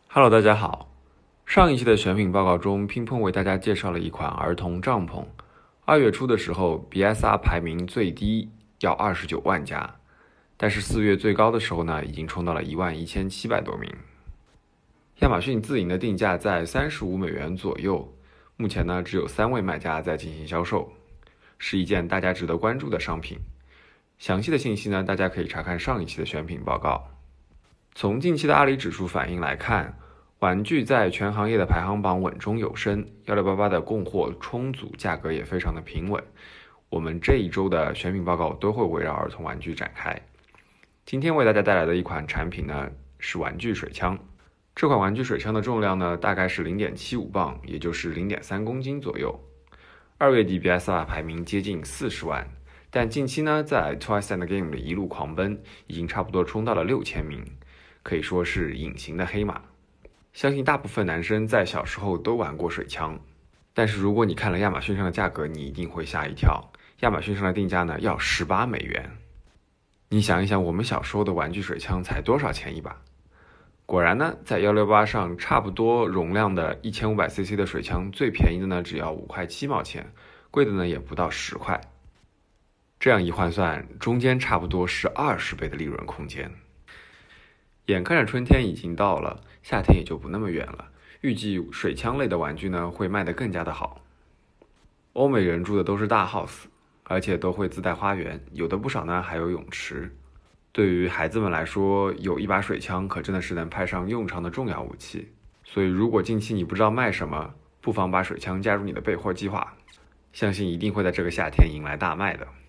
Hello，大家好。上一期的选品报告中，乒乓为大家介绍了一款儿童帐篷。2月初的时候 ，BSR 排名最低要29万家，但是4月最高的时候呢，已经冲到了11700多名。亚马逊自营的定价在$35左右，目前呢只有3位卖家在进行销售，是一件大家值得关注的商品。详细的信息呢，大家可以查看上一期的选品报告。从近期的阿里指数反应来看，玩具在全行业的排行榜稳中有升，1688的供货充足，价格也非常的平稳。我们这一周的选品报告都会围绕儿童玩具展开。今天为大家带来的一款产品呢，是玩具水枪。这款玩具水枪的重量呢，大概是0.75磅，也就是0.3公斤左右。2月底 BSR 排名接近40万，但近期呢，在 Toys and Game 的一路狂奔，已经差不多冲到了6000名，可以说是隐形的黑马。相信大部分男生在小时候都玩过水枪，但是如果你看了亚马逊上的价格，你一定会吓一跳。亚马逊上的定价呢要$18。你想一想，我们小时候的玩具水枪才多少钱一把？果然呢，在168上差不多容量的 1500cc 的水枪，最便宜的呢只要5块7毛钱，贵的呢也不到10块。这样一换算，中间差不多是20倍的利润空间。眼看着春天已经到了，夏天也就不那么远了，预计水枪类的玩具呢会卖得更加的好。欧美人住的都是大 house， 而且都会自带花园，有的不少呢还有泳池。对于孩子们来说，有一把水枪可真的是能派上用场的重要武器。所以如果近期你不知道卖什么，不妨把水枪加入你的备货计划，相信一定会在这个夏天迎来大卖的。